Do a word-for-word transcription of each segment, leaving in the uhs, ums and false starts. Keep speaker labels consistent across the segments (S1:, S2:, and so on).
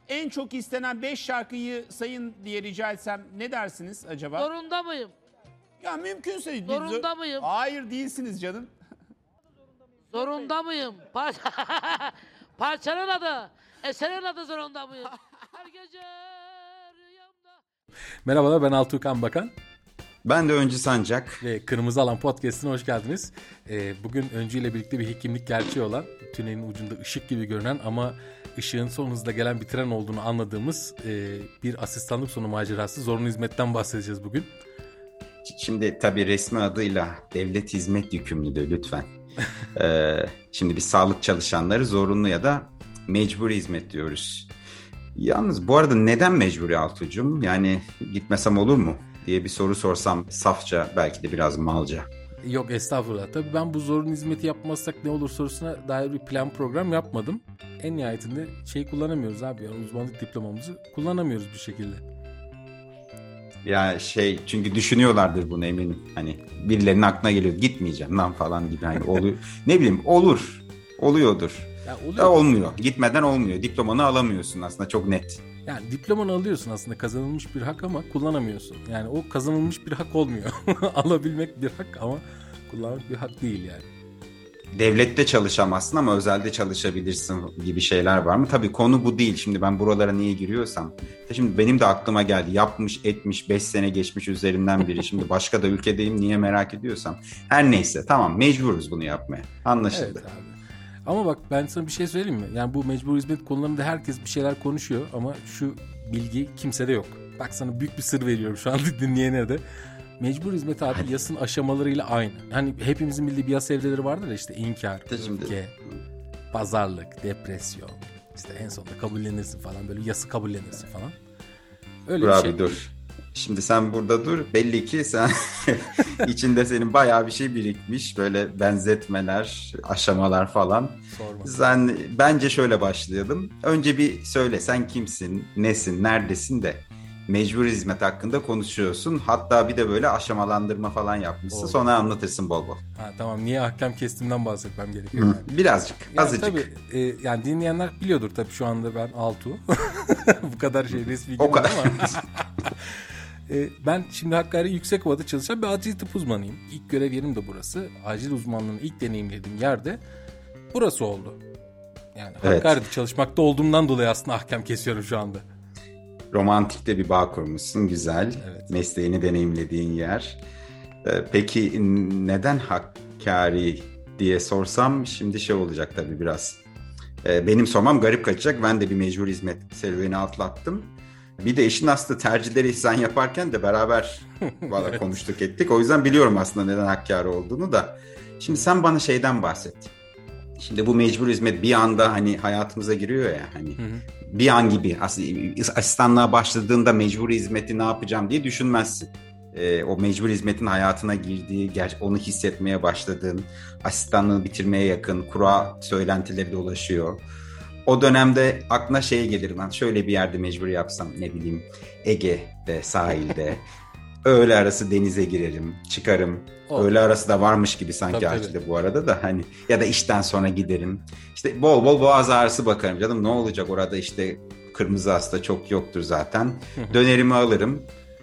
S1: En çok istenen beş şarkıyı sayın diye rica etsem ne dersiniz acaba?
S2: Zorunda mıyım?
S1: Ya mümkünse.
S2: Zorunda mıyım?
S1: Hayır değilsiniz canım.
S2: Zorunda mıyım? Par Parçanın adı, eserin adı zorunda mıyım? Her gece rüyamda...
S3: Merhabalar, ben Altuğkan Bakan.
S4: Ben de Öncü Sancak.
S3: Ve Kırmızı Alan Podcast'ine hoş geldiniz. Ee, bugün Öncü ile birlikte bir hekimlik gerçeği olan, tünelin ucunda ışık gibi görünen ama ışığın son hızla gelen bir tren olduğunu anladığımız e, bir asistanlık sonu macerası Zorunlu Hizmet'ten bahsedeceğiz bugün.
S4: Şimdi tabii resmi adıyla devlet hizmet yükümlülüğü lütfen. ee, şimdi biz sağlık çalışanları zorunlu ya da mecburi hizmet diyoruz. Yalnız bu arada neden mecburi Altuğcuğum? Yani gitmesem olur mu diye bir soru sorsam safça, belki de biraz malca.
S3: Yok estağfurullah. Tabii ben bu zorunlu hizmeti yapmazsak ne olur sorusuna dair bir plan program yapmadım. En nihayetinde şey kullanamıyoruz abi. Yani uzmanlık diplomamızı kullanamıyoruz bir şekilde.
S4: Ya şey, çünkü düşünüyorlardır bunu eminim. Hani birilerinin aklına geliyor, gitmeyeceğim lan falan gibi. Hani oluyor. Ne bileyim, olur. Oluyordur.
S3: Ya oluyor.
S4: Da olmuyor. Gitmeden olmuyor. Diplomanı alamıyorsun aslında, çok net.
S3: Yani diplomanı alıyorsun, aslında kazanılmış bir hak ama kullanamıyorsun. Yani o kazanılmış bir hak olmuyor. Alabilmek bir hak ama kullanmak bir hak değil yani.
S4: Devlette çalışamazsın ama özelde çalışabilirsin gibi şeyler var mı? Tabii konu bu değil. Şimdi ben buralara niye giriyorsam. Şimdi benim de aklıma geldi. Yapmış etmiş beş sene geçmiş üzerinden biri. Şimdi başka da ülkedeyim, niye merak ediyorsam. Her neyse, tamam, mecburuz bunu yapmaya. Anlaşıldı.
S3: Evet abi. Ama bak ben sana bir şey söyleyeyim mi? Yani bu mecbur hizmet konularında herkes bir şeyler konuşuyor ama şu bilgi kimsede yok. Bak sana büyük bir sır veriyorum şu an dinleyene de. Mecbur hizmet abi
S4: Hadi.
S3: yasın aşamalarıyla aynı. Hani hepimizin bildiği bir yas evreleri vardır ya, işte inkar,
S4: Şimdi.
S3: öfke, pazarlık, depresyon. İşte en sonunda kabullenirsin falan, böyle yası kabullenirsin falan. Öyle
S4: Dur
S3: bir
S4: abi
S3: şey.
S4: dur. Şimdi sen burada dur. Belli ki sen içinde senin bayağı bir şey birikmiş. Böyle benzetmeler, aşamalar falan.
S3: Sorma.
S4: Sen, bence şöyle başlayalım. Önce bir söyle, sen kimsin, nesin, neredesin de mecbur hizmet hakkında konuşuyorsun. Hatta bir de böyle aşamalandırma falan yapmışsın.
S3: Olur.
S4: Sonra anlatırsın bol bol.
S3: Ha, tamam, niye ahkam kestimden bahsetmem gerekiyor. Yani.
S4: Birazcık,
S3: Ya
S4: azıcık.
S3: tabii e, yani dinleyenler biliyordur tabii şu anda ben Altuğ. Bu kadar şey resmi
S4: O
S3: girmedi
S4: kadar.
S3: ama. e, ben şimdi Hakkari Yüksekova'da çalışan bir acil tıp uzmanıyım. İlk görev yerim de burası. Acil uzmanlığını ilk deneyimlediğim yerde burası oldu. Yani
S4: Evet.
S3: Hakkari'de çalışmakta olduğumdan dolayı aslında ahkam kesiyorum şu anda.
S4: Romantikte bir bağ kurmuşsun, güzel.
S3: Evet.
S4: Mesleğini deneyimlediğin yer. Ee, peki neden Hakkari diye sorsam şimdi şey olacak tabii biraz. Ee, benim sormam garip kaçacak. Ben de bir mecbur hizmet serüveni atlattım. Bir de işin aslında tercihleri ihsan yaparken de beraber valla
S3: Evet.
S4: konuştuk ettik. O yüzden biliyorum aslında neden Hakkari olduğunu da. Şimdi sen bana şeyden bahset. Şimdi bu mecbur hizmet bir anda hani hayatımıza giriyor ya hani.
S3: Hı hı.
S4: Bir an gibi aslında asistanlığa başladığında mecbur hizmeti ne yapacağım diye düşünmezsin. Ee, o mecbur hizmetin hayatına girdiği, onu hissetmeye başladığın, asistanlığı bitirmeye yakın, kura söylentileri dolaşıyor. O dönemde aklına şey gelir, lan şöyle bir yerde mecbur yapsam, ne bileyim Ege'de, sahilde, öğle arası denize girerim, çıkarım.
S3: O.
S4: Öğle arası da varmış gibi sanki
S3: Tabii,
S4: Acil'de
S3: tabii.
S4: bu arada da hani, ya da işten sonra giderim. İşte bol bol boğaz ağrısı bakarım, canım ne olacak orada, işte kırmızı hasta çok yoktur zaten. Dönerimi alırım.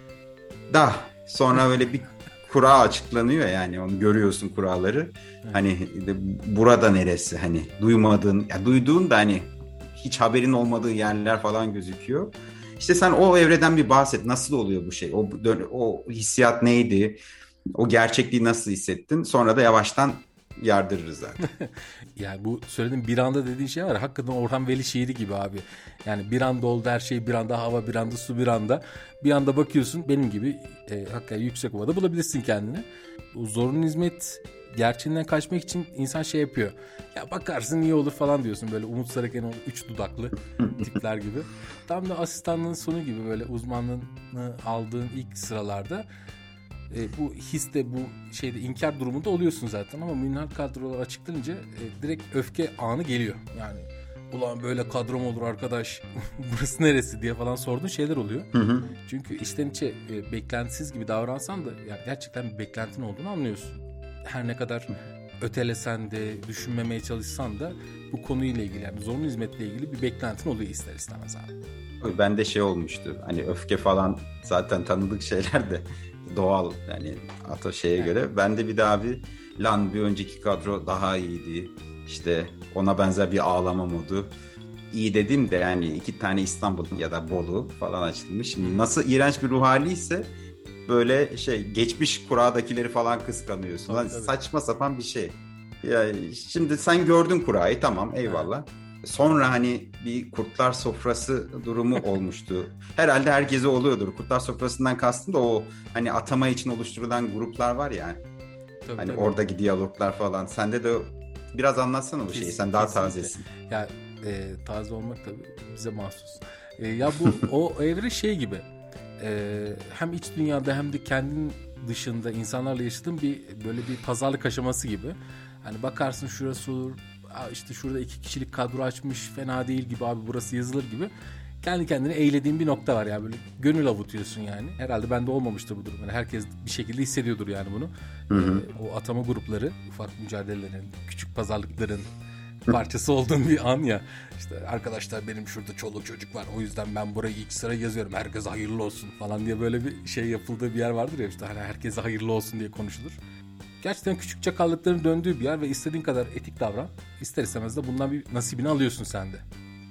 S4: Da sonra böyle bir kura açıklanıyor, yani onu görüyorsun kuraları. Hani burada neresi, hani duymadığın, ya duyduğun da hani hiç haberin olmadığı yerler falan gözüküyor. İşte sen o evreden bir bahset. Nasıl oluyor bu şey? O, o hissiyat neydi? O gerçekliği nasıl hissettin? Sonra da yavaştan yardırırız zaten.
S3: Yani bu söylediğim bir anda dediğin şey var ya, hakikaten Orhan Veli şiiri gibi abi. Yani bir anda oldu her şey, bir anda hava, bir anda su, bir anda. Bir anda bakıyorsun, benim gibi e, Hakkari Yüksekova'da bulabilirsin kendini. Bu zorunlu hizmet gerçeğinden kaçmak için insan şey yapıyor. Ya bakarsın iyi olur falan diyorsun, böyle Umut Sarıkaya'nın üç dudaklı tipler gibi. Tam da asistanlığın sonu gibi, böyle uzmanlığını aldığın ilk sıralarda E, bu histe, bu şeyde inkar durumunda oluyorsun zaten ama münhal kadrolar açıklanınca e, direkt öfke anı geliyor. Yani ulan böyle kadrom olur arkadaş, burası neresi diye falan sorduğun şeyler oluyor.
S4: Hı hı.
S3: Çünkü içten içe e, beklentisiz gibi davransan da yani gerçekten bir beklentin olduğunu anlıyorsun. Her ne kadar ötelesen de, düşünmemeye çalışsan da bu konuyla ilgili, yani zorunlu hizmetle ilgili bir beklentin oluyor ister istemez abi.
S4: Bende şey olmuştu. Hani öfke falan zaten tanıdık şeyler de doğal, yani ata şeye
S3: Evet.
S4: göre. Bende bir de abi lan bir önceki kadro daha iyiydi. İşte ona benzer bir ağlama modu. İyi dedim de yani iki tane İstanbul ya da Bolu falan açılmış. Şimdi nasıl iğrenç bir ruh haliyse böyle şey, geçmiş kuradakileri falan kıskanıyorsun.
S3: Tabii,
S4: Lan
S3: tabii.
S4: saçma sapan bir şey. Ya şimdi sen gördün kurayı, tamam, eyvallah. Sonra hani bir kurtlar sofrası durumu olmuştu. Herhalde herkese oluyordur. Kurtlar sofrasından kastım da o hani atama için oluşturulan gruplar var ya.
S3: Tabii,
S4: Hani
S3: tabii.
S4: oradaki diyaloglar falan. Sende de biraz anlatsana bu şeyi.
S3: Kes-
S4: Sen daha
S3: kesinlikle.
S4: tazesin.
S3: Ya e, taze olmak tabii bize mahsus. E, ya bu o evre şey gibi. E, hem iç dünyada hem de kendin dışında insanlarla yaşadığın bir böyle bir pazarlık aşaması gibi. Hani bakarsın şurası olur, aa işte şurada iki kişilik kadro açmış, fena değil gibi abi, burası yazılır gibi. Kendi kendine eğlediğin bir nokta var ya, böyle gönül avutuyorsun yani. Herhalde bende olmamıştır bu durum. Yani herkes bir şekilde hissediyordur yani bunu.
S4: Hı hı.
S3: Ee, o atama grupları, ufak mücadelelerin, küçük pazarlıkların parçası olduğum bir an ya. İşte arkadaşlar benim şurada çoluk çocuk var, o yüzden ben burayı ilk sıra yazıyorum, herkese hayırlı olsun falan diye böyle bir şey yapıldığı bir yer vardır ya, işte hani herkese hayırlı olsun diye konuşulur. Gerçekten küçük çakallıkların döndüğü bir yer ve istediğin kadar etik davran. İster istemez de bundan bir nasibini alıyorsun sen de.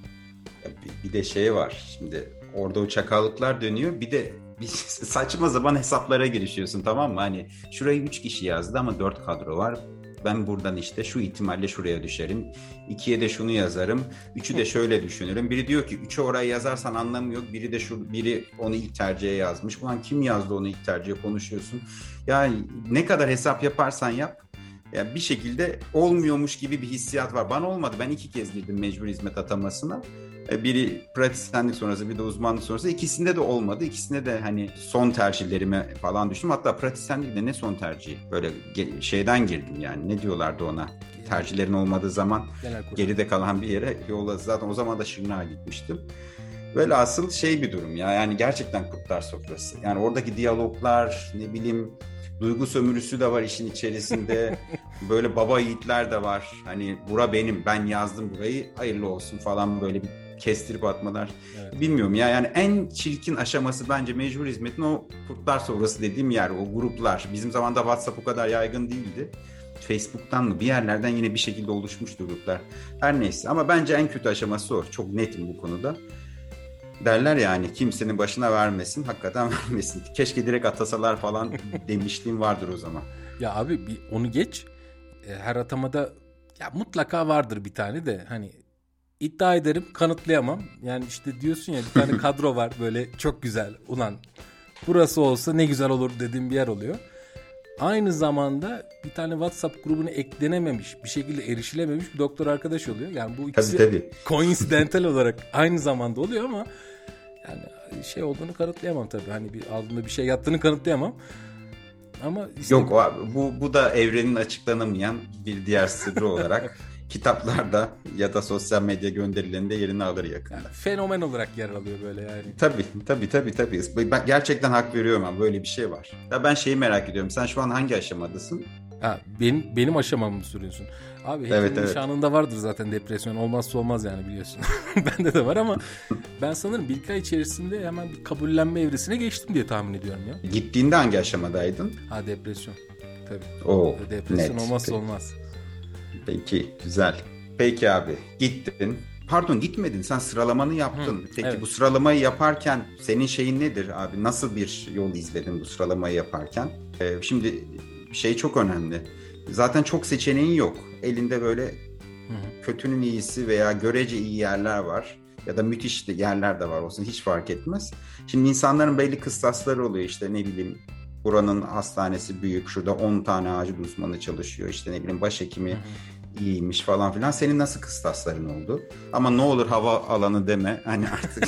S4: Ya Bir, bir de şey var. Şimdi orada o çakallıklar dönüyor. Bir de bir saçma zaman hesaplara girişiyorsun, tamam mı? Hani şurayı üç kişi yazdı ama dört kadro var. Ben buradan işte şu ihtimalle şuraya düşerim. ikiye de şunu yazarım. üçü de şöyle düşünürüm. Biri diyor ki üçü oraya yazarsan anlamı yok. Biri de şu, biri onu ilk tercihe yazmış. Ulan kim yazdı onu ilk tercihe, konuşuyorsun. Yani ne kadar hesap yaparsan yap, yani bir şekilde olmuyormuş gibi bir hissiyat var. Bana olmadı. Ben iki kez girdim mecbur hizmet atamasına. Biri pratisyenlik sonrası, bir de uzmanlık sonrası. İkisinde de olmadı. İkisinde de hani son tercihlerime falan düştüm. Hatta pratisyenlikte ne son tercihi? Böyle ge- şeyden girdim yani. Ne diyorlardı ona? Tercihlerin olmadığı zaman
S3: Genel kurul.
S4: geride kalan bir yere yolladı. Zaten o zaman da Şırnak'a gitmiştim. Velhasıl şey bir durum ya. Yani gerçekten kurtlar sofrası. Yani oradaki diyaloglar, ne bileyim, duygu sömürüsü de var işin içerisinde. Böyle baba yiğitler de var. Hani bura benim, ben yazdım burayı, hayırlı olsun falan, böyle bir kestirip atmalar.
S3: Evet.
S4: Bilmiyorum ya, yani en çirkin aşaması bence mecbur hizmetin o kurtlar sofrası dediğim yer, o gruplar. Bizim zamanda WhatsApp o kadar yaygın değildi. Facebook'tan mı bir yerlerden yine bir şekilde oluşmuştu gruplar. Her neyse, ama bence en kötü aşaması o. Çok netim bu konuda. Derler yani, kimsenin başına vermesin, hakikaten vermesin. Keşke direkt atasalar falan demişliğim vardır o zaman.
S3: Ya abi bir onu geç. E, Her atamada ya mutlaka vardır bir tane de, hani iddia ederim kanıtlayamam. Yani işte diyorsun ya, bir tane kadro var böyle çok güzel. Ulan burası olsa ne güzel olur dediğim bir yer oluyor. Aynı zamanda bir tane WhatsApp grubuna eklenememiş, bir şekilde erişilememiş bir doktor arkadaş oluyor. Yani bu ikisi
S4: Tabii tabii.
S3: coincidental olarak aynı zamanda oluyor ama yani şey olduğunu kanıtlayamam tabii. Hani bir aldığında bir şey yattığını kanıtlayamam. Ama işte
S4: Yok o- bu, bu da evrenin açıklanamayan bir diğer sırrı olarak kitaplarda ya da sosyal medya gönderilerinde yerini alır yakında.
S3: yani fenomen olarak yer alıyor böyle yani.
S4: Tabii tabii tabii tabii. Ben gerçekten hak veriyorum ama böyle bir şey var. Ya ben şeyi merak ediyorum. Sen şu an hangi aşamadasın?
S3: Ha, benim benim aşamamı mı sürüyorsun? Abi hepsinin
S4: Evet, evet.
S3: şanında vardır zaten depresyon. Olmazsa olmaz yani, biliyorsun. Bende de var ama ben sanırım bir iki ay içerisinde hemen bir kabullenme evresine geçtim diye tahmin ediyorum ya.
S4: Gittiğinde hangi aşamadaydın?
S3: Ha, depresyon. Tabii.
S4: Oo,
S3: Depresyon
S4: net.
S3: olmazsa
S4: Peki.
S3: olmaz.
S4: Peki, güzel. Peki abi, gittin. Pardon, gitmedin. Sen sıralamanı yaptın.
S3: Hı,
S4: Peki
S3: evet.
S4: bu sıralamayı yaparken senin şeyin nedir abi? Nasıl bir yol izledin bu sıralamayı yaparken? Ee, şimdi şey çok önemli. Zaten çok seçeneğin yok. Elinde böyle
S3: Hı hı.
S4: kötünün iyisi veya görece iyi yerler var. Ya da müthiş de yerler de var olsun, hiç fark etmez. Şimdi insanların belli kıstasları oluyor, işte ne bileyim, buranın hastanesi büyük, şurada on tane acil uzmanı çalışıyor, işte ne bileyim başhekimi
S3: Hı hı.
S4: iyiymiş falan filan. Senin nasıl kıstasların oldu? Ama ne olur hava alanı deme. Hani artık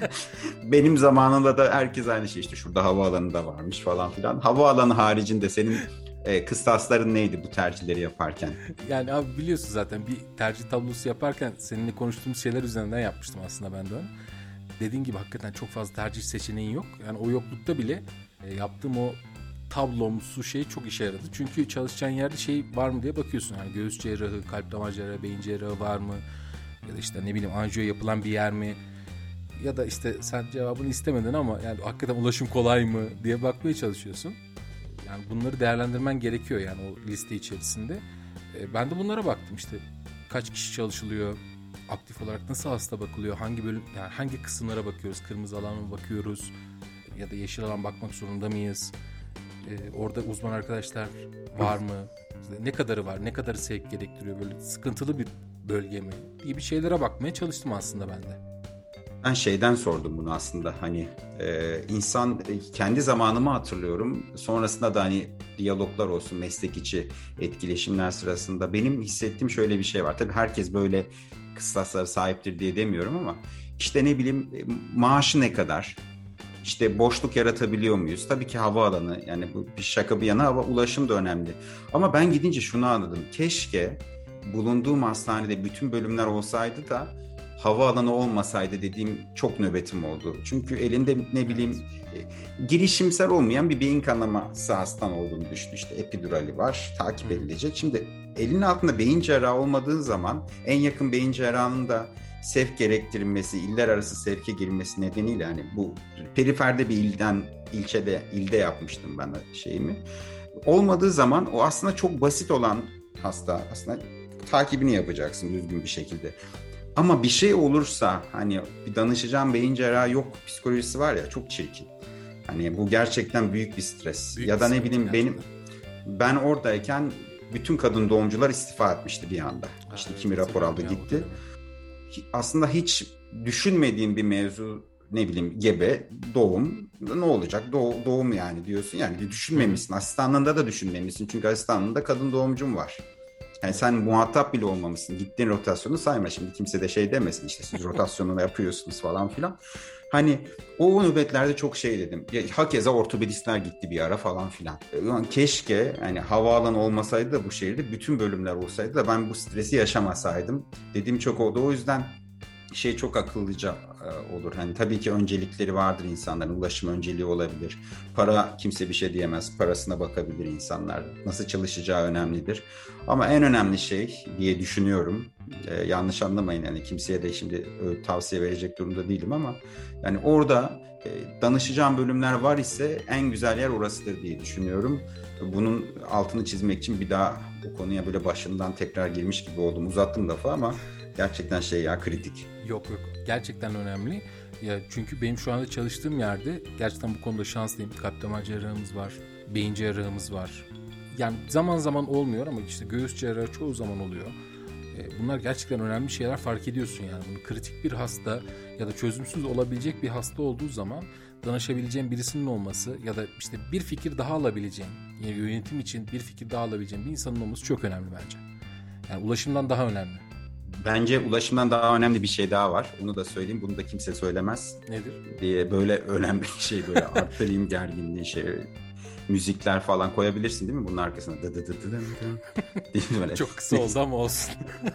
S4: benim zamanımda da herkes aynı şey, işte şurada hava alanı da varmış falan filan. Hava alanı haricinde senin e, kıstasların neydi bu tercihleri yaparken?
S3: Yani abi biliyorsun zaten bir tercih tablosu yaparken seninle konuştuğumuz şeyler üzerinden yapmıştım aslında ben de onu. Dediğin gibi hakikaten çok fazla tercih seçeneğin yok. Yani o yoklukta bile e, yaptığım o tablomsu şey çok işe yaradı. Çünkü çalışacağın yerde şey var mı diye bakıyorsun. Yani göğüs cerrahı, kalp damar cerrahı, beyin cerrahı var mı? Ya da işte ne bileyim anjiyo yapılan bir yer mi? Ya da işte sen cevabını istemedin ama yani hakikaten ulaşım kolay mı diye bakmaya çalışıyorsun. Yani bunları değerlendirmen gerekiyor yani o liste içerisinde. E, ben de bunlara baktım işte kaç kişi çalışılıyor, aktif olarak nasıl hasta bakılıyor, hangi bölüm yani hangi kısımlara bakıyoruz, kırmızı alana mı bakıyoruz ya da yeşil alan bakmak zorunda mıyız? E, orada uzman arkadaşlar var mı? İşte ne kadarı var, ne kadarı sevk gerektiriyor, böyle sıkıntılı bir bölge mi diye bir şeylere bakmaya çalıştım aslında ben de.
S4: Ben şeyden sordum bunu aslında hani e, insan e, kendi zamanımı hatırlıyorum. Sonrasında da hani diyaloglar olsun, meslek içi etkileşimler sırasında benim hissettiğim şöyle bir şey var. Tabii herkes böyle kıstaslara sahiptir diye demiyorum ama işte ne bileyim e, maaşı ne kadar? İşte boşluk yaratabiliyor muyuz? Tabii ki havaalanı, yani bu bir şaka bir yana, hava ulaşım da önemli. Ama ben gidince şunu anladım. Keşke bulunduğum hastanede bütün bölümler olsaydı da havaalanı olmasaydı dediğim çok nöbetim oldu. Çünkü elinde ne bileyim e, girişimsel olmayan bir beyin kanaması hastan olduğunu düşün. İşte epidurali var, takip edilecek. Şimdi elinin altında beyin cerrahı olmadığı zaman en yakın beyin cerrahının da sevk gerektirilmesi, iller arası sevke girmesi nedeniyle hani bu periferde bir ilden, ilçede, ilde yapmıştım ben de şeyimi. Olmadığı zaman o aslında çok basit olan hasta aslında takibini yapacaksın düzgün bir şekilde. Ama bir şey olursa hani bir danışacağım beyin cerrahı yok psikolojisi var ya, çok çirkin. Hani bu gerçekten büyük bir stres.
S3: Büyük
S4: ya da
S3: bir
S4: ne bileyim benim ben oradayken bütün kadın doğumcular istifa etmişti bir anda. İşte kimi rapor aldı gitti. Aslında hiç düşünmediğim bir mevzu, ne bileyim gebe, doğum, ne olacak Doğ, doğum yani diyorsun, yani düşünmemişsin. Asistanlığında da düşünmemişsin çünkü asistanlığında kadın doğumcum var. Yani sen muhatap bile olmamışsın. Gittiğin rotasyonu sayma, şimdi kimse de şey demesin işte siz rotasyonunu yapıyorsunuz falan filan. Hani o nöbetlerde çok şey dedim. Ya, hakeza ortopedistler gitti bir ara falan filan. Yani keşke yani havaalanı olmasaydı da bu şehirde bütün bölümler olsaydı da ben bu stresi yaşamasaydım dediğim çok oldu. O yüzden şey çok akıllıca e, olur. Hani tabii ki öncelikleri vardır insanların. Ulaşım önceliği olabilir. Para, kimse bir şey diyemez. Parasına bakabilir insanlar. Nasıl çalışacağı önemlidir. Ama en önemli şey diye düşünüyorum. E, yanlış anlamayın, yani kimseye de şimdi e, tavsiye verecek durumda değilim ama yani orada e, danışacağım bölümler var ise en güzel yer orasıdır diye düşünüyorum. Bunun altını çizmek için bir daha bu konuya böyle başından tekrar girmiş gibi oldum. Uzattım lafı ama gerçekten şey ya, kritik.
S3: Yok yok, gerçekten önemli. Ya çünkü benim şu anda çalıştığım yerde gerçekten bu konuda şanslıyım. Kalp damar cerrahımız var, beyin cerrahımız var. Yani zaman zaman olmuyor ama işte göğüs cerrahı çoğu zaman oluyor. Bunlar gerçekten önemli şeyler, fark ediyorsun yani. Bunu kritik bir hasta ya da çözümsüz olabilecek bir hasta olduğu zaman danışabileceğin birisinin olması ya da işte bir fikir daha alabileceğin, yani yönetim için bir fikir daha alabileceğin bir insanın olması çok önemli bence. Yani ulaşımdan daha önemli.
S4: Bence ulaşımdan daha önemli bir şey daha var. Onu da söyleyeyim. Bunu da kimse söylemez.
S3: Nedir?
S4: Diye böyle önemli bir şey, böyle arttırayım gerginliği, şey, müzikler falan koyabilirsin değil mi bunun arkasına? Dı dı dı dı dı. Değil mi böyle?
S3: Çok kısa oldu ama olsun.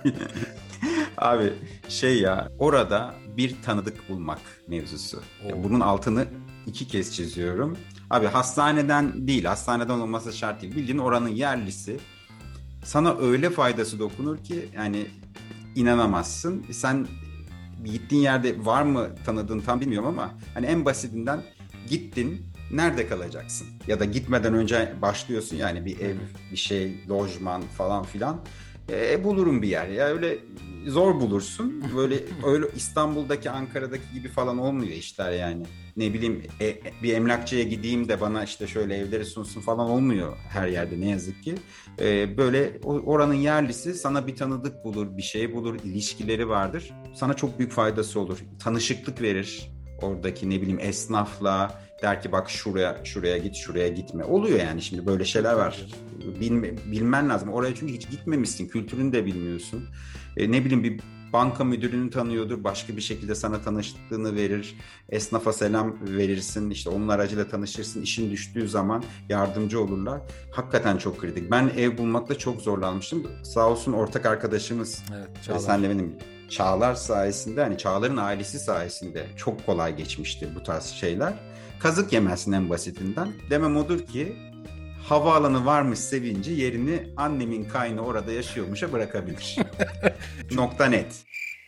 S4: Abi şey ya, orada bir tanıdık bulmak mevzusu. Ya bunun altını iki kez çiziyorum. Abi hastaneden değil, hastaneden olması şart değil. Bildiğin oranın yerlisi. Sana öyle faydası dokunur ki yani inanamazsın. Sen gittiğin yerde var mı tanıdığın tam bilmiyorum ama hani en basitinden gittin, nerede kalacaksın? Ya da gitmeden önce başlıyorsun yani bir ev, bir şey, lojman falan filan. E, bulurum bir yer. Ya öyle zor bulursun. Böyle öyle İstanbul'daki, Ankara'daki gibi falan olmuyor işler yani. Ne bileyim e, bir emlakçıya gideyim de bana işte şöyle evleri sunsun falan olmuyor her yerde ne yazık ki. E, böyle oranın yerlisi sana bir tanıdık bulur, bir şey bulur, ilişkileri vardır. Sana çok büyük faydası olur. Tanışıklık verir oradaki ne bileyim esnafla. Der ki bak şuraya şuraya git, şuraya gitme. Oluyor yani, şimdi böyle şeyler var. Bilme, bilmen lazım. Oraya çünkü hiç gitmemişsin. Kültürünü de bilmiyorsun. E, ne bileyim bir banka müdürünü tanıyordur. Başka bir şekilde sana tanıştığını verir. Esnafa selam verirsin. İşte onun aracıyla tanışırsın. İşin düştüğü zaman yardımcı olurlar. Hakikaten çok kritik. Ben ev bulmakta çok zorlanmıştım. Sağ olsun ortak arkadaşımız.
S3: Evet,
S4: Çağlar. Senle benim Çağlar sayesinde, hani Çağlar'ın ailesi sayesinde çok kolay geçmişti bu tarz şeyler. Kazık yemezsin en basitinden. Demem odur ki havaalanı varmış sevinci yerini annemin kaynı orada yaşıyormuşa bırakabilir. Nokta net.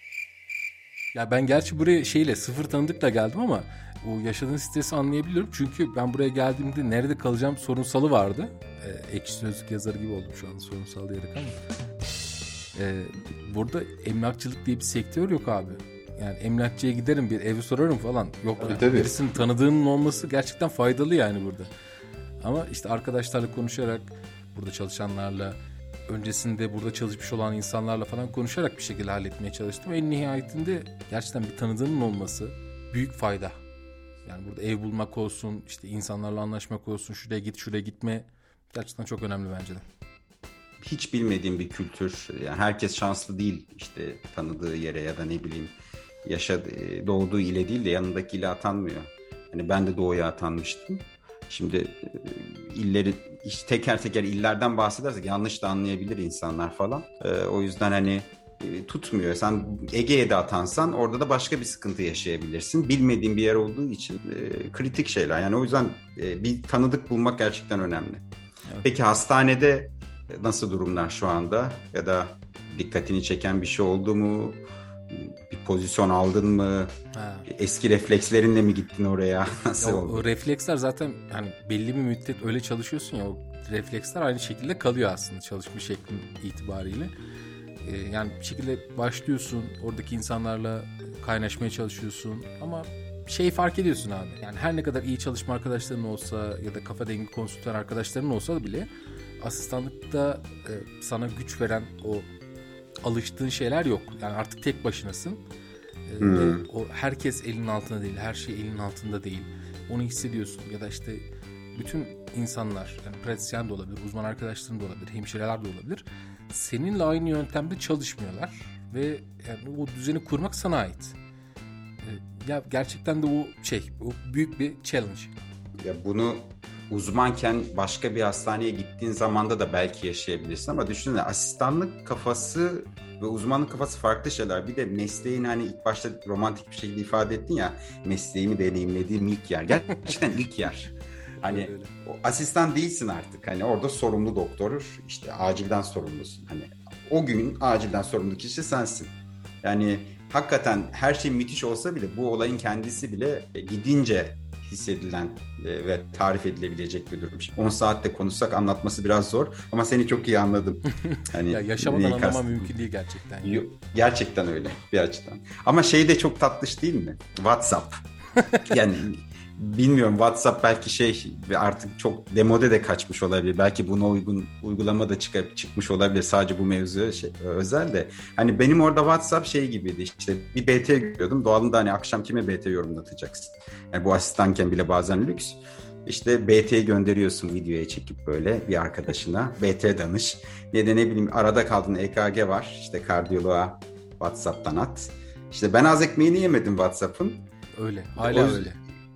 S3: Ya ben gerçi buraya şeyle sıfır tanıdıkla geldim ama o yaşadığın stresi anlayabiliyorum. Çünkü ben buraya geldiğimde nerede kalacağım sorunsalı vardı. Ee, Ekşi Sözlük yazarı gibi oldum şu an sorunsal diyerek ama. Ee, burada emlakçılık diye bir sektör yok abi. Yani emlakçıya giderim bir evi sorarım falan. Yok
S4: Tabii,
S3: yani.
S4: tabii.
S3: Birisinin tanıdığının olması gerçekten faydalı yani burada. Ama işte arkadaşlarla konuşarak, burada çalışanlarla, öncesinde burada çalışmış olan insanlarla falan konuşarak bir şekilde halletmeye çalıştım. En nihayetinde gerçekten bir tanıdığının olması büyük fayda. Yani burada ev bulmak olsun, işte insanlarla anlaşmak olsun, şuraya git, şuraya gitme gerçekten çok önemli bence de.
S4: Hiç bilmediğim bir kültür. Yani herkes şanslı değil işte tanıdığı yere ya da ne bileyim yaşadığı, doğduğu ile değil de yanındaki ile atanmıyor. Hani ben de doğuya atanmıştım. Şimdi e, illeri işte teker teker illerden bahsedersek yanlış da anlayabilir insanlar falan. E, o yüzden hani e, tutmuyor. Sen Ege'ye de atansan orada da başka bir sıkıntı yaşayabilirsin. Bilmediğin bir yer olduğu için e, kritik şeyler. Yani o yüzden e, bir tanıdık bulmak gerçekten önemli.
S3: Evet.
S4: Peki hastanede nasıl durumlar şu anda? Ya da dikkatini çeken bir şey oldu mu? Bir pozisyon aldın mı?
S3: Ha.
S4: Eski reflekslerinle mi gittin oraya? Nasıl
S3: Ya o,
S4: oldu?
S3: o refleksler zaten hani belli bir müddet öyle çalışıyorsun ya, o refleksler aynı şekilde kalıyor aslında çalışma şeklin itibariyle. Ee, yani bir şekilde başlıyorsun, oradaki insanlarla kaynaşmaya çalışıyorsun ama şeyi fark ediyorsun abi. Yani her ne kadar iyi çalışma arkadaşların olsa ya da kafa dengi konsultan arkadaşların olsa bile asistanlıkta e, sana güç veren o alıştığın şeyler yok. Yani artık tek başınasın. E,
S4: Hmm.
S3: ve o herkes elinin altında değil, her şey elinin altında değil. Onu hissediyorsun ya da işte bütün insanlar, yani pratisyen de olabilir, uzman arkadaşların da olabilir, hemşireler de olabilir. Seninle aynı yöntemde çalışmıyorlar ve yani o düzeni kurmak sana ait. E, ya gerçekten de o şey, o büyük bir challenge.
S4: Ya bunu uzmanken başka bir hastaneye gittiğin zamanda da belki yaşayabilirsin ama düşünsene asistanlık kafası ve uzmanlık kafası farklı şeyler. Bir de mesleğin hani ilk başta romantik bir şekilde ifade ettin ya, mesleğimi deneyimlediğim ilk yer. Gerçekten ilk yer. Hani
S3: Öyle öyle.
S4: o asistan değilsin artık. Hani orada sorumlu doktor, işte acilden sorumlusun. Hani o gün acilden sorumlu kişi sensin. Yani hakikaten her şey müthiş olsa bile bu olayın kendisi bile e, gidince hissedilen e, ve tarif edilebilecek bir durum. on saatte konuşsak anlatması biraz zor ama seni çok iyi anladım. Hani
S3: Ya yaşamadan
S4: neyi
S3: anlamam
S4: kastediyorum?
S3: mümkün değil gerçekten.
S4: Yo- Gerçekten öyle bir açıdan. Ama şey de çok tatlış değil mi? WhatsApp. Yani bilmiyorum, WhatsApp belki şey ve artık çok demode de kaçmış olabilir. Belki buna uygun uygulama da çıkıp çıkmış olabilir. Sadece bu mevzuya şey, özel de. Hani benim orada WhatsApp şey gibiydi. İşte bir B T görüyordum. Doğalında hani akşam kime B T yorumlatacaksın? Yani bu asistanken bile bazen lüks. İşte B T'yi gönderiyorsun videoya çekip böyle bir arkadaşına. B T danış. Ya da ne bileyim arada kaldığın E K G var. İşte kardiyoloğa WhatsApp'tan at. İşte ben az ekmeğini yemedim WhatsApp'ın.
S3: Öyle. Hala
S4: O-
S3: öyle.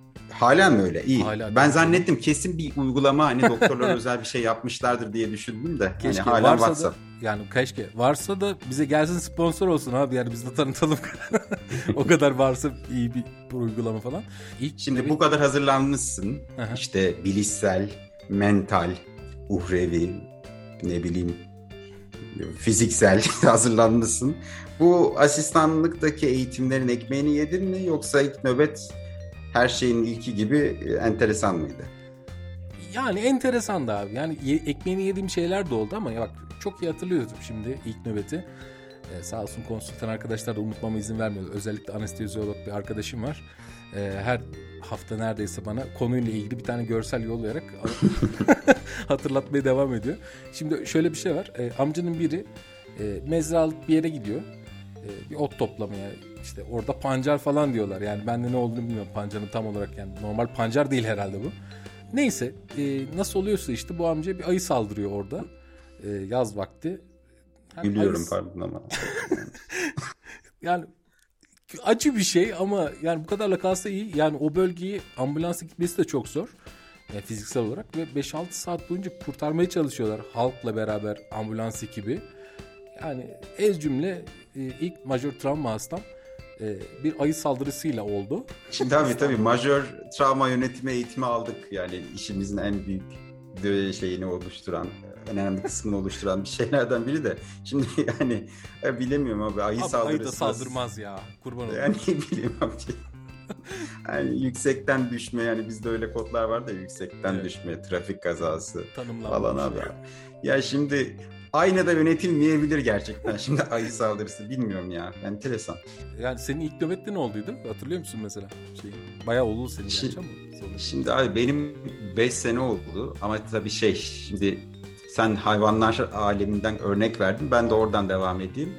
S4: Halen mi öyle? İyi.
S3: Hala
S4: ben
S3: öyle.
S4: zannettim kesin bir uygulama hani doktorlar özel bir şey yapmışlardır diye düşündüm de.
S3: Keşke
S4: hani hala
S3: varsa
S4: WhatsApp.
S3: da yani keşke varsa da bize gelsin, sponsor olsun abi, yani biz de tanıtalım. O kadar varsa iyi bir, bir uygulama falan. İlk
S4: Şimdi
S3: tabii-
S4: bu kadar hazırlanmışsın.
S3: Aha.
S4: İşte bilişsel, mental, uhrevi, ne bileyim fiziksel hazırlanmışsın. Bu asistanlıktaki eğitimlerin ekmeğini yedin mi yoksa ilk nöbet her şeyin ilki gibi e, enteresan mıydı?
S3: Yani enteresan da abi. Yani ye- ekmeğini yediğim şeyler de oldu ama ya bak çok iyi hatırlıyorum şimdi ilk nöbeti. Ee, sağ olsun konsultan arkadaşlar da unutmama izin vermiyor. Özellikle anesteziyolog bir arkadaşım var. Ee, her hafta neredeyse bana konuyla ilgili bir tane görsel yollayarak hatırlatmaya devam ediyor. Şimdi şöyle bir şey var. Ee, amcanın biri e, mezralık bir yere gidiyor. E, bir ot toplamaya. İşte orada pancar falan diyorlar. Yani ben de ne olduğunu bilmiyorum pancarın tam olarak, yani normal pancar değil herhalde bu. Neyse e, nasıl oluyorsa işte bu amca bir ayı saldırıyor orada e, yaz vakti. Yani
S4: Gülüyorum
S3: ayı-
S4: pardon ama.
S3: Yani acı bir şey ama yani bu kadarla kalsa iyi. Yani o bölgeyi ambulansa gitmesi de çok zor. Yani fiziksel olarak ve beş altı saat boyunca kurtarmaya çalışıyorlar halkla beraber, ambulans ekibi. Yani ez cümle e, ilk majör travma hastam e, bir ayı saldırısıyla oldu.
S4: Şimdi tabii tabii majör travma yönetimi eğitimi aldık. Yani işimizin en büyük de şeyini oluşturan, önemli kısmını oluşturan bir şeylerden biri de. Şimdi yani ya bilemiyorum abi, ayı
S3: Abi
S4: saldırısı.
S3: ayı da saldırmaz ya. Kurban olayım.
S4: Yani ne bileyim abi. Yani yüksekten düşme, yani bizde öyle kodlar var da, yüksekten
S3: Evet.
S4: düşme, trafik kazası
S3: Tanımlanmış
S4: falan abi.
S3: şey.
S4: Ya şimdi aynı da yönetilmeyebilir gerçekten. Şimdi ayı saldırısı bilmiyorum ya. Enteresan.
S3: Yani senin ilk nöbette ne olduydu? Hatırlıyor musun mesela? Şey, bayağı oldu senin
S4: Şi-
S3: gerçi ama. Sonra-
S4: Şimdi abi benim beş sene oldu ama tabii şey, şimdi sen hayvanlar aleminden örnek verdin. Ben de oradan devam edeyim.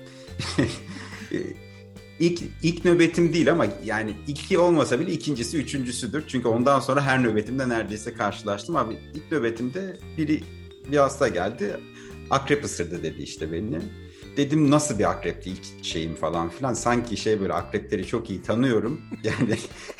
S4: İlk, ilk nöbetim değil ama yani iki olmasa bile ikincisi, üçüncüsüdür. Çünkü ondan sonra her nöbetimde neredeyse karşılaştım. Abi ilk nöbetimde biri, bir hasta geldi. Akrep ısırdı dedi işte beni. Dedim nasıl bir akrepti ilk şeyim falan filan. Sanki şey, böyle akrepleri çok iyi tanıyorum. Yani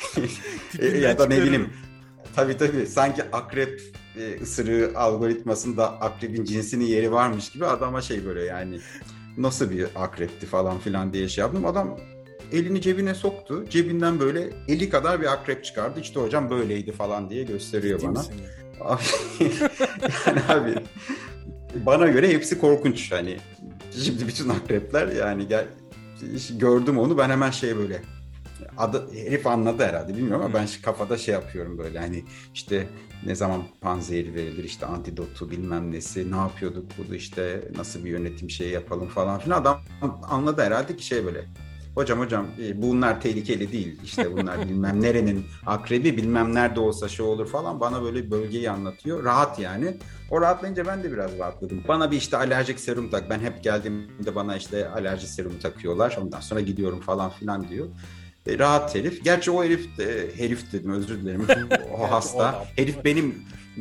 S4: ya da ne bileyim. Tabii tabii, sanki akrep e, ısırığı algoritmasında akrebin cinsinin yeri varmış gibi adama şey böyle yani nasıl bir akrepti falan filan diye şey yaptım. Adam elini cebine soktu. Cebinden böyle eli kadar bir akrep çıkardı. İşte hocam böyleydi falan diye gösteriyor
S3: Ciddi
S4: bana.
S3: misin ya?
S4: Abi, yani abi bana göre hepsi korkunç. Hani şimdi bütün akrepler yani gel, gördüm onu, ben hemen şey böyle adı, herif anladı herhalde bilmiyorum ama ben kafada şey yapıyorum böyle, hani işte ne zaman panzehiri verilir, işte antidotu bilmem nesi, ne yapıyorduk bunu, işte nasıl bir yönetim şey yapalım falan filan. Adam anladı herhalde ki şey böyle, hocam hocam e, bunlar tehlikeli değil, işte bunlar bilmem nerenin akrebi, bilmem nerede olsa şey olur falan, bana böyle bölgeyi anlatıyor. Rahat yani. O rahatlayınca ben de biraz rahatladım. Bana bir işte alerjik serum tak. Ben hep geldiğimde bana işte alerji serumu takıyorlar. Ondan sonra gidiyorum falan filan diyor. E, rahat herif. Gerçi o herif de, herif dedim özür dilerim. O hasta. Herif benim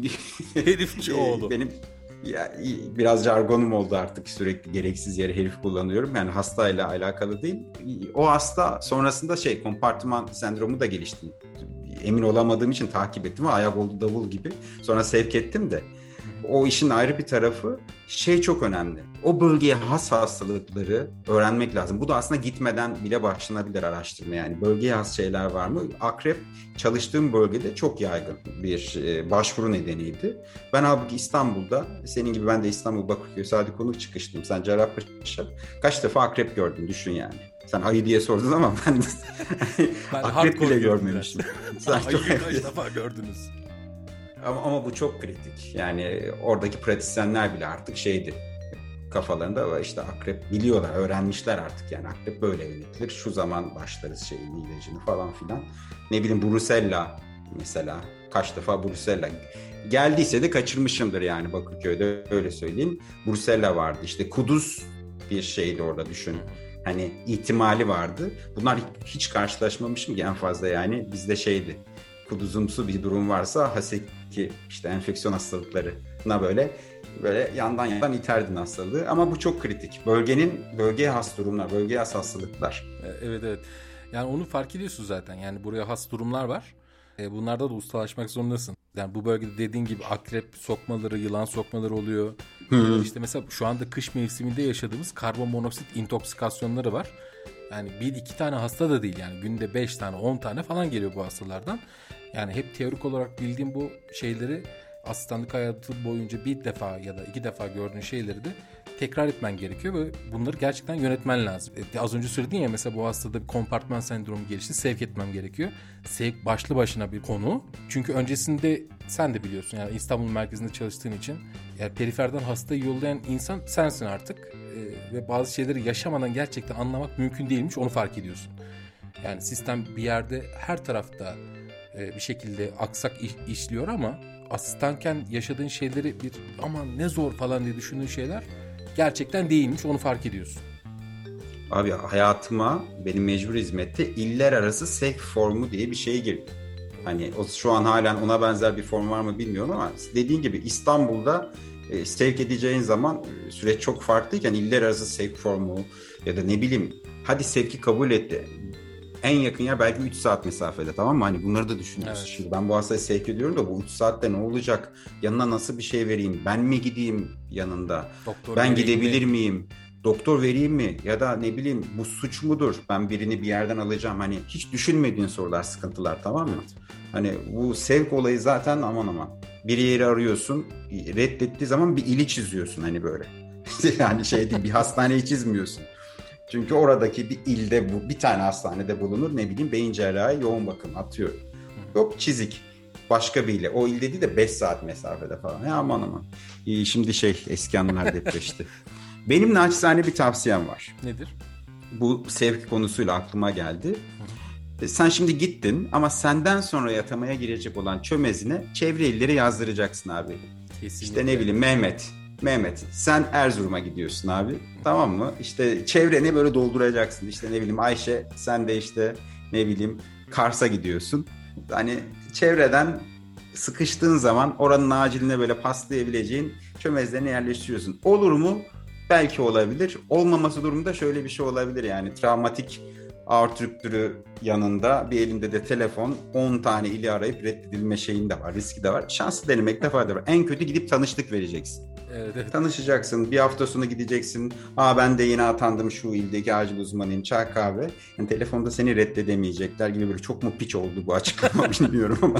S3: Herifçi oğlu.
S4: benim ya, biraz jargonum oldu artık, sürekli gereksiz yere herif kullanıyorum. Yani hastayla alakalı değil. O hasta sonrasında şey, kompartıman sendromu da gelişti. Emin olamadığım için takip ettim ve ayak oldu davul gibi. Sonra sevk ettim de. O işin ayrı bir tarafı, şey çok önemli. O bölgeye has hastalıkları öğrenmek lazım. Bu da aslında gitmeden bile başlanabilir araştırma yani. Bölgeye has şeyler var mı? Akrep çalıştığım bölgede çok yaygın bir başvuru nedeniydi. Ben halbuki İstanbul'da, senin gibi ben de İstanbul Bakırköy Sadi Konuk çıkıştım. Sen Cerrahpaşa, kaç defa akrep gördün düşün yani. Sen ayı diye sordun ama ben, de,
S3: Ben
S4: akrep
S3: hardcore
S4: bile
S3: gördüm
S4: görmemişim. Sen
S3: Ayı
S4: çok-
S3: kaç defa gördünüz?
S4: Ama, ama bu çok kritik. Yani oradaki pratisyenler bile artık şeydi. Kafalarında işte akrep biliyorlar, öğrenmişler artık yani akrep böyle yönetilir. Şu zaman başlarız şeyin ilacını falan filan. Ne bileyim Brusella mesela. Kaç defa Brusella. Geldiyse de kaçırmışımdır yani Bakırköy'de, öyle söyleyeyim. Brusella vardı. İşte kuduz bir şeydi orada, düşün. Hani ihtimali vardı. Bunlar hiç karşılaşmamışım ki, en fazla yani bizde şeydi. Kuduzumsu bir durum varsa haseki, işte enfeksiyon hastalıklarına böyle böyle yandan yandan iterdin hastalığı. Ama bu çok kritik. Bölgenin bölgeye has durumlar, bölgeye has hastalıklar.
S3: E, Evet evet. Yani onu fark ediyorsun zaten. Yani buraya has durumlar var. E, bunlarda da ustalaşmak zorundasın. Yani bu bölgede dediğin gibi akrep sokmaları, yılan sokmaları oluyor.
S4: Hı.
S3: İşte mesela şu anda kış mevsiminde yaşadığımız karbon monoksit intoksikasyonları var. Yani bir iki tane hasta da değil, yani günde beş tane on tane falan geliyor bu hastalardan. Yani hep teorik olarak bildiğim bu şeyleri, asistanlık hayatı boyunca bir defa ya da iki defa gördüğün şeyleri de tekrar etmen gerekiyor ve bunları gerçekten yönetmen lazım. E, az önce söyledin ya, mesela bu hastada bir kompartman sendromu gelişti, sevk etmem gerekiyor. Sevk başlı başına bir konu. Çünkü öncesinde sen de biliyorsun, yani İstanbul merkezinde çalıştığın için, yani periferden hastayı yollayan insan sensin artık. E, ve bazı şeyleri yaşamadan gerçekten anlamak mümkün değilmiş, onu fark ediyorsun. Yani sistem bir yerde her tarafta e, bir şekilde aksak iş- işliyor ama asistanken yaşadığın şeyleri bir aman ne zor falan diye düşündüğün şeyler gerçekten değilmiş, onu fark ediyorsun.
S4: Abi hayatıma benim mecbur hizmette iller arası sevk formu diye bir şey girdi. Hani o şu an halen ona benzer bir form var mı bilmiyorum ama dediğin gibi İstanbul'da e, sevk edeceğin zaman e, süreç çok farklıyken iller arası sevk formu ya da ne bileyim, hadi sevki kabul etti. En yakın yer belki üç saat mesafede, tamam mı? Hani bunları da düşünüyorsun.
S3: Evet.
S4: Şimdi ben bu hastayı sevk ediyorum da bu üç saatte ne olacak? Yanına nasıl bir şey vereyim? Ben mi gideyim yanında?
S3: Doktor
S4: Ben
S3: vereyim
S4: gidebilir
S3: mi?
S4: miyim? Doktor vereyim mi? Ya da ne bileyim, bu suç mudur? Ben birini bir yerden alacağım. Hani hiç düşünmediğin sorular, sıkıntılar, tamam mı? Hani bu sevk olayı zaten aman aman. bir yeri arıyorsun, reddettiği zaman bir ili çiziyorsun hani böyle. Yani şey değil, bir hastaneyi çizmiyorsun. Çünkü oradaki bir ilde, bu bir tane hastanede bulunur, ne bileyim beyin cerrahi yoğun bakım atıyorum. Yok çizik. Başka bir ile. O ilde değil de beş saat mesafede falan. Ya aman aman. İyi, şimdi şey eski anılar depreşti. Benim naçizane bir tavsiyem var.
S3: Nedir?
S4: Bu sevgi konusuyla aklıma geldi. Sen şimdi gittin ama senden sonra yatamaya girecek olan çömezine çevre illeri yazdıracaksın abi.
S3: Kesinlikle.
S4: İşte ne bileyim Mehmet. Mehmet sen Erzurum'a gidiyorsun abi. Tamam mı? İşte çevreni böyle dolduracaksın. İşte ne bileyim Ayşe sen de işte ne bileyim Kars'a gidiyorsun. Hani çevreden sıkıştığın zaman oranın aciline böyle paslayabileceğin çömezlerine yerleştiriyorsun. Olur mu? Belki olabilir. Olmaması durumunda şöyle bir şey olabilir yani travmatik ağır rüptürü yanında bir elinde de telefon on tane ili arayıp reddedilme şeyin de var, riski de var. Şanslı denemekte fayda var. En kötü gidip tanıştık vereceksin.
S3: Evet, evet.
S4: Tanışacaksın, bir hafta sonra gideceksin. Aa ben de yine atandım şu ildeki acil uzmanıyım, çay kahve. Yani telefonda seni reddedemeyecekler gibi böyle çok mu piç oldu bu açıklama bilmiyorum ama.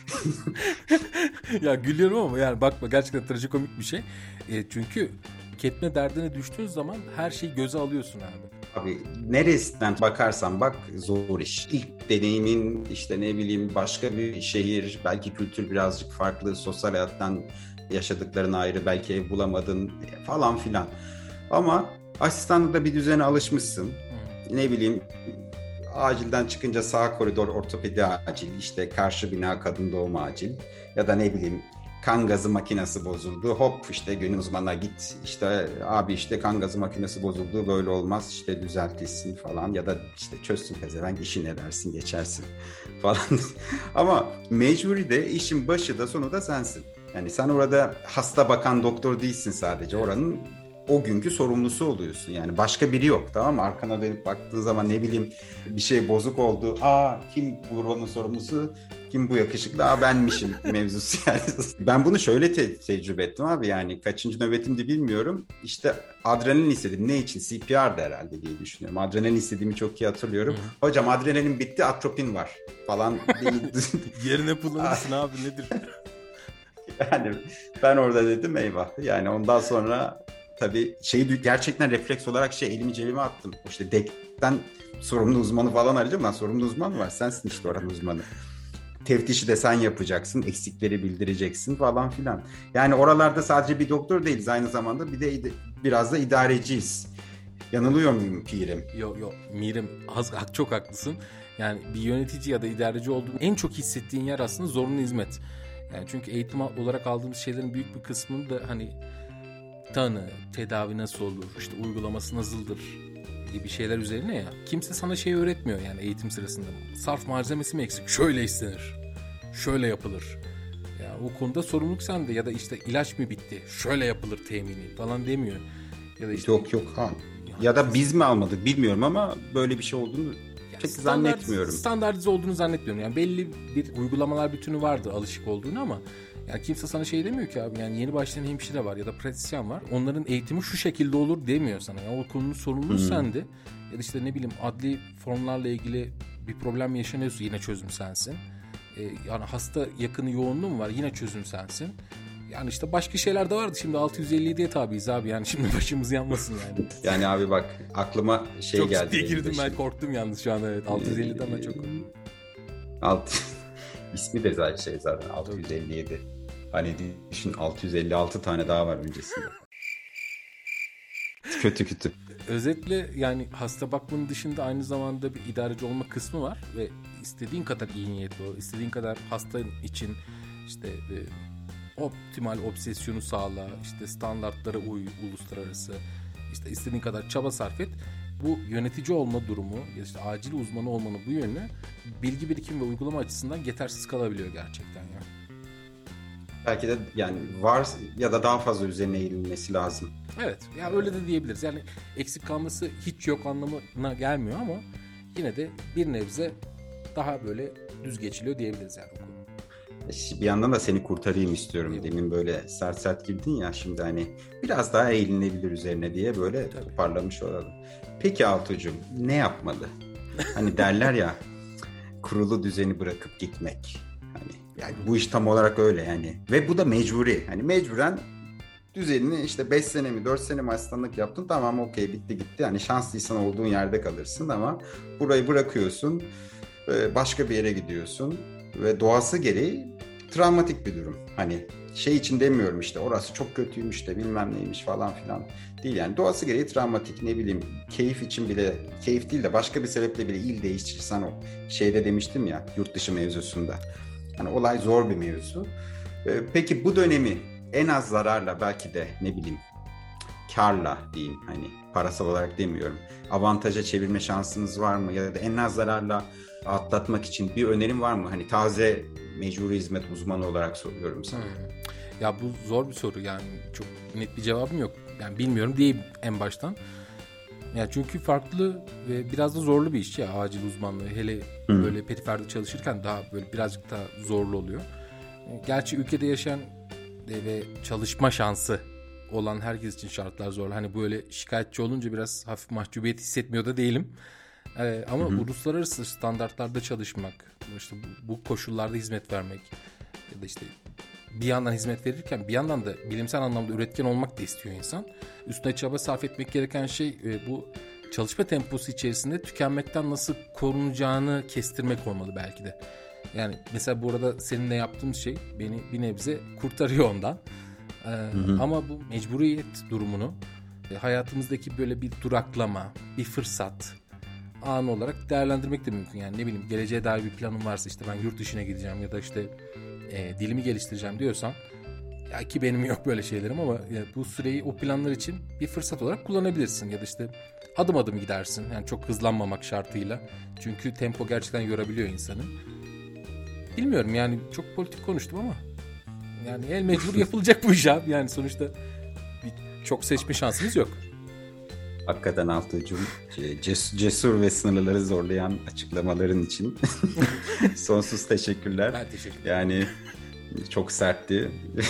S3: Ya gülüyorum ama yani bakma gerçekten trajikomik bir şey. E, çünkü ketme derdine düştüğün zaman her şeyi göze alıyorsun abi.
S4: Abi neresinden bakarsan bak zor iş. İlk deneyimin işte ne bileyim başka bir şehir, belki kültür birazcık farklı, sosyal hayattan yaşadıkların ayrı, belki ev bulamadın falan filan. Ama asistanlıkta bir düzene alışmışsın. Hmm. Ne bileyim acilden çıkınca sağ koridor ortopedi acil, işte karşı bina kadın doğum acil ya da ne bileyim kan gazı makinesi bozuldu. Hop işte gün uzmana git. İşte abi işte kan gazı makinesi bozuldu. Böyle olmaz. İşte düzeltilsin falan. Ya da işte çözsün pezevenk işin edersin geçersin falan. Ama mecburi de işin başı da sonu da sensin. Yani sen orada hasta bakan doktor değilsin sadece. Oranın o günkü sorumlusu oluyorsun. Yani başka biri yok, tamam mı? Arkana dönüp baktığın zaman ne bileyim bir şey bozuk oldu. Aa kim bu buranın sorumlusu? Kim bu yakışıklı? Aa benmişim mevzusu yani. Ben bunu şöyle te- tecrübe ettim abi, yani kaçıncı nöbetimdi bilmiyorum. İşte adrenalin istedim. Ne için? C P R'dı herhalde diye düşünüyorum. Adrenalin istediğimi çok iyi hatırlıyorum. Hı. Hocam adrenalin bitti, atropin var falan.
S3: Yerine kullanırsın abi nedir?
S4: Yani ben orada dedim eyvah. Yani ondan sonra tabii şeyi gerçekten refleks olarak şey elimi cebime attım. İşte dekten sorumlu uzmanı falan arayacağım. Lan sorumlu uzman var. Sensin işte oranın uzmanı. Teftişi de sen yapacaksın. Eksikleri bildireceksin falan filan. Yani oralarda sadece bir doktor değiliz aynı zamanda. Bir de biraz da idareciyiz. Yanılıyor muyum Pirim?
S3: Yok yok Mirim az, çok haklısın. Yani bir yönetici ya da idareci olduğunu en çok hissettiğin yer aslında zorunlu hizmet. Yani çünkü eğitim olarak aldığımız şeylerin büyük bir kısmını da hani tanı, tedavi nasıl olur, işte uygulaması nasıldır gibi şeyler üzerine ya. Kimse sana şey öğretmiyor yani eğitim sırasında. Sarf malzemesi mi eksik? Şöyle istenir. Şöyle yapılır. Ya o konuda sorumluluk sende ya da işte ilaç mı bitti? Şöyle yapılır temini falan demiyor. Ya da işte
S4: yok yok ha. Ya da biz mi almadık bilmiyorum ama böyle bir şey olduğunu pek zannetmiyorum.
S3: Standartize olduğunu zannetmiyorum. Yani belli bir uygulamalar bütünü vardır alışık olduğunu ama yani kimse sana şey demiyor ki abi, yani yeni başlayan hemşire var ya da pratisyen var. Onların eğitimi şu şekilde olur demiyor sana. Yani o konunun sorumluluğu hmm. sende. Ya da işte ne bileyim adli formlarla ilgili bir problem yaşanıyorsa yine çözüm sensin. Ee, yani hasta yakını yoğunluğu var, yine çözüm sensin. Yani işte başka şeyler de vardı. Şimdi altı yüz elli yediye tabiiz abi. Yani şimdi başımız yanmasın yani.
S4: Yani abi bak aklıma şey
S3: çok
S4: geldi.
S3: Çok ciddi girdim ben, korktum yalnız şu anda, evet. altı yüz elliden de çok korktum.
S4: Alt ismi de zaten şey zaten altı yüz elli yedi. Hani düşün altı yüz elli altı tane daha var öncesinde. Kötü kötü.
S3: Özetle yani hasta bakmanın dışında aynı zamanda bir idareci olma kısmı var ve istediğin kadar iyi niyetli ol, istediğin kadar hasta için işte e, optimal obsesyonu sağla, işte standartlara uy, uluslararası, işte istediğin kadar çaba sarf et. Bu yönetici olma durumu ya işte acil uzmanı olmanın bu yönü bilgi birikimi ve uygulama açısından yetersiz kalabiliyor gerçekten ya.
S4: Belki de yani var ya da daha fazla üzerine eğilinmesi lazım.
S3: Evet ya yani öyle de diyebiliriz. Yani eksik kalması hiç yok anlamına gelmiyor ama yine de bir nebze daha böyle düz geçiliyor diyebiliriz yani o konu.
S4: Bir yandan da seni kurtarayım istiyorum. Demin böyle sert sert girdin ya, şimdi hani biraz daha eğilinebilir üzerine diye böyle Tabii. toparlamış olalım. Peki Altuğ'cum ne yapmalı? Hani derler ya kurulu düzeni bırakıp gitmek. Hani Yani bu iş tam olarak öyle yani. Ve bu da mecburi. Hani mecburen düzenini işte beş sene mi dört sene mi asistanlık yaptın, tamam okey bitti gitti. Hani şanslıysan olduğun yerde kalırsın ama burayı bırakıyorsun, başka bir yere gidiyorsun ve doğası gereği travmatik bir durum. Hani şey için demiyorum işte orası çok kötüymüş de bilmem neymiş falan filan değil yani. Doğası gereği travmatik, ne bileyim keyif için bile, keyif değil de başka bir sebeple bile il değiştirirsen, o şeyde demiştim ya yurt dışı mevzusunda. Hani olay zor bir mevzu. Peki bu dönemi en az zararla, belki de ne bileyim karla diyeyim, hani parasal olarak demiyorum, avantaja çevirme şansınız var mı? Ya da en az zararla atlatmak için bir önerim var mı? Hani taze mecburi hizmet uzmanı olarak soruyorum sana.
S3: Hmm. Ya bu zor bir soru yani, çok net bir cevabım yok. Yani bilmiyorum diyeyim en baştan. Ya çünkü farklı ve biraz da zorlu bir iş ya acil uzmanlığı. Hele hmm. böyle periferde çalışırken daha böyle birazcık daha zorlu oluyor. Gerçi ülkede yaşayan ve çalışma şansı olan herkes için şartlar zor. Hani böyle şikayetçi olunca biraz hafif mahcubiyet hissetmiyor da değilim. Ee, ama hı hı. uluslararası standartlarda çalışmak, işte bu, bu koşullarda hizmet vermek ya da işte bir yandan hizmet verirken bir yandan da bilimsel anlamda üretken olmak da istiyor insan. Üstüne çaba sarf etmek gereken şey e, bu çalışma temposu içerisinde tükenmekten nasıl korunacağını kestirmek olmalı belki de. Yani mesela bu arada seninle yaptığımız şey beni bir nebze kurtarıyor ondan. Ee, hı hı. Ama bu mecburiyet durumunu e, hayatımızdaki böyle bir duraklama, bir fırsat anı olarak değerlendirmek de mümkün. Yani ne bileyim geleceğe dair bir planım varsa, işte ben yurt dışına gideceğim ya da işte e, dilimi geliştireceğim diyorsan, ya ki benim yok böyle şeylerim ama ya, bu süreyi o planlar için bir fırsat olarak kullanabilirsin ya da işte adım adım gidersin. Yani çok hızlanmamak şartıyla. Çünkü tempo gerçekten yorabiliyor insanı. Bilmiyorum yani, çok politik konuştum ama yani el mecbur yapılacak bu iş abi. Yani sonuçta bir, çok seçme şansımız yok.
S4: Hakikaten Altuğ'cum cesur, cesur ve sınırları zorlayan açıklamaların için sonsuz teşekkürler.
S3: Ben teşekkür ederim.
S4: Yani çok sertti.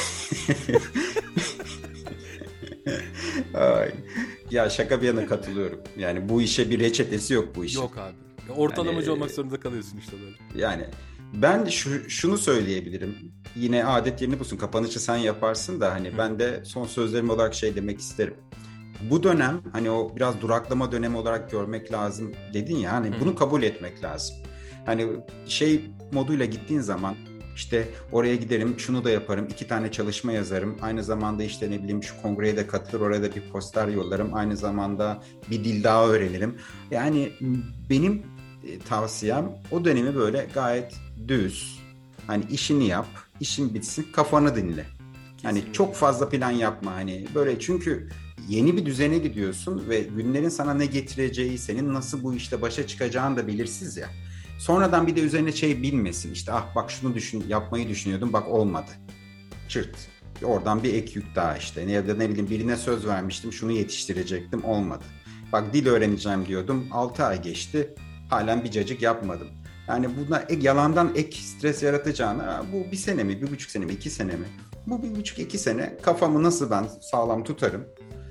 S4: Ay. Ya şaka bir yana katılıyorum. Yani bu işe bir reçetesi yok bu işin.
S3: Yok abi. Ya ortalamacı
S4: yani,
S3: olmak zorunda kalıyorsun işte böyle.
S4: Yani ben şu, şunu söyleyebilirim. Yine adet yerini bulsun. Kapanışı sen yaparsın da hani Hı. ben de son sözlerim olarak şey demek isterim. Bu dönem hani o biraz duraklama dönemi olarak görmek lazım dedin ya, hani Hı. bunu kabul etmek lazım. Hani şey moduyla gittiğin zaman işte oraya giderim, şunu da yaparım, iki tane çalışma yazarım, aynı zamanda işte ne bileyim şu kongreye de katılır, oraya da bir poster yollarım, aynı zamanda bir dil daha öğrenirim. Yani benim tavsiyem o dönemi böyle gayet düz, hani işini yap, işin bitsin, kafanı dinle. Hani Kesinlikle. Çok fazla plan yapma hani böyle, çünkü yeni bir düzene gidiyorsun ve günlerin sana ne getireceği, senin nasıl bu işte başa çıkacağın da belirsiz ya. Sonradan bir de üzerine şey bilmesin, işte ah bak şunu düşün, yapmayı düşünüyordum bak olmadı. Çırt. Oradan bir ek yük daha işte. Ya da ne bileyim birine söz vermiştim, şunu yetiştirecektim, olmadı. Bak dil öğreneceğim diyordum, altı ay geçti, halen bir cacık yapmadım. Yani buna ek, yalandan ek stres yaratacağına bu bir sene mi, bir buçuk sene mi, iki sene mi? Bu bir buçuk iki sene kafamı nasıl ben sağlam tutarım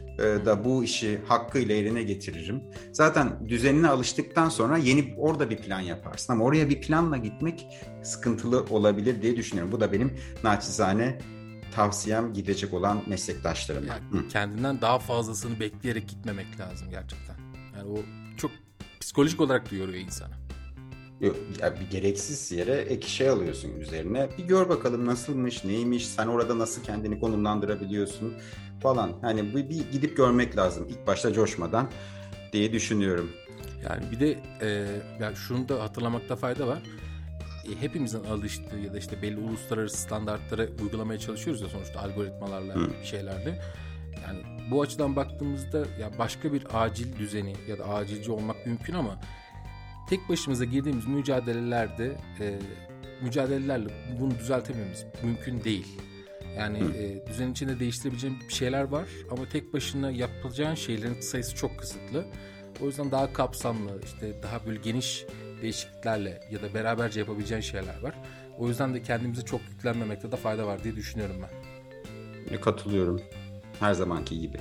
S4: da bu işi hakkıyla yerine getiririm. Zaten düzenine alıştıktan sonra yeni orada bir plan yaparsın. Ama oraya bir planla gitmek sıkıntılı olabilir diye düşünüyorum. Bu da benim naçizane tavsiyem gidecek olan meslektaşlarıma.
S3: Yani kendinden daha fazlasını bekleyerek gitmemek lazım gerçekten. Yani o çok psikolojik olarak da yoruyor insanı.
S4: Yok, ya bir gereksiz yere ek şey alıyorsun üzerine. Bir gör bakalım nasılmış, neymiş, sen orada nasıl kendini konumlandırabiliyorsun falan. Hani bir, bir gidip görmek lazım ilk başta coşmadan diye düşünüyorum.
S3: Yani bir de e, yani şunu da hatırlamakta fayda var. E, hepimizin alıştığı ya da işte belli uluslararası standartları uygulamaya çalışıyoruz ya sonuçta algoritmalarla, Hı. bir şeylerle. Yani bu açıdan baktığımızda ya başka bir acil düzeni ya da acilci olmak mümkün ama tek başımıza girdiğimiz mücadelelerde e, mücadelelerle bunu düzeltememiz mümkün değil. Yani e, düzenin içinde değiştirebileceğin şeyler var ama tek başına yapılacağın şeylerin sayısı çok kısıtlı. O yüzden daha kapsamlı, işte daha böyle geniş değişikliklerle ya da beraberce yapabileceğin şeyler var. O yüzden de kendimize çok yüklenmemekte de fayda var diye düşünüyorum ben.
S4: Katılıyorum. Her zamanki gibi.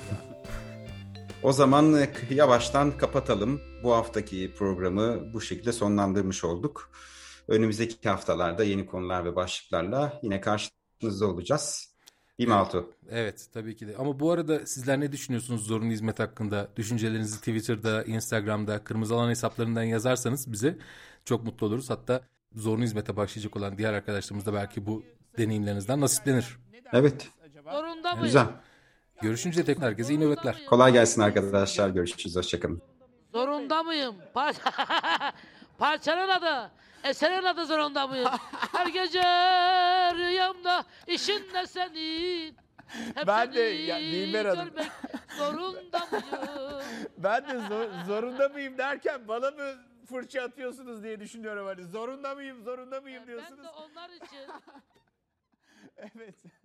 S4: O zaman yavaştan kapatalım. Bu haftaki programı bu şekilde sonlandırmış olduk. Önümüzdeki haftalarda yeni konular ve başlıklarla yine karşınızda olacağız. Değil mi Altuğ?
S3: Evet, tabii ki de. Ama bu arada sizler ne düşünüyorsunuz zorunlu hizmet hakkında? Düşüncelerinizi Twitter'da, Instagram'da, Kırmızı Alan hesaplarından yazarsanız bize çok mutlu oluruz. Hatta zorunlu hizmete başlayacak olan diğer arkadaşlarımız da belki bu deneyimlerinizden nasiplenir.
S4: Evet.
S2: Zorunda mıyım?
S4: Güzel.
S3: Görüşünceye tekrar herkese iyi nöbetler.
S4: Kolay gelsin arkadaşlar. Görüşürüz. Hoşçakalın.
S2: Zorunda mıyım? Par Parçanın adı, eserin adı zorunda mıyım? Her gece rüyamda işin de senin. Hep
S1: Ben de
S2: seni
S1: ya, Dilber Hanım.
S2: görmek zorunda mıyım?
S1: Ben de zor- zorunda mıyım derken bana mı fırça atıyorsunuz diye düşünüyorum. Hani zorunda mıyım, zorunda mıyım
S2: Ben
S1: diyorsunuz.
S2: de onlar için
S1: Evet.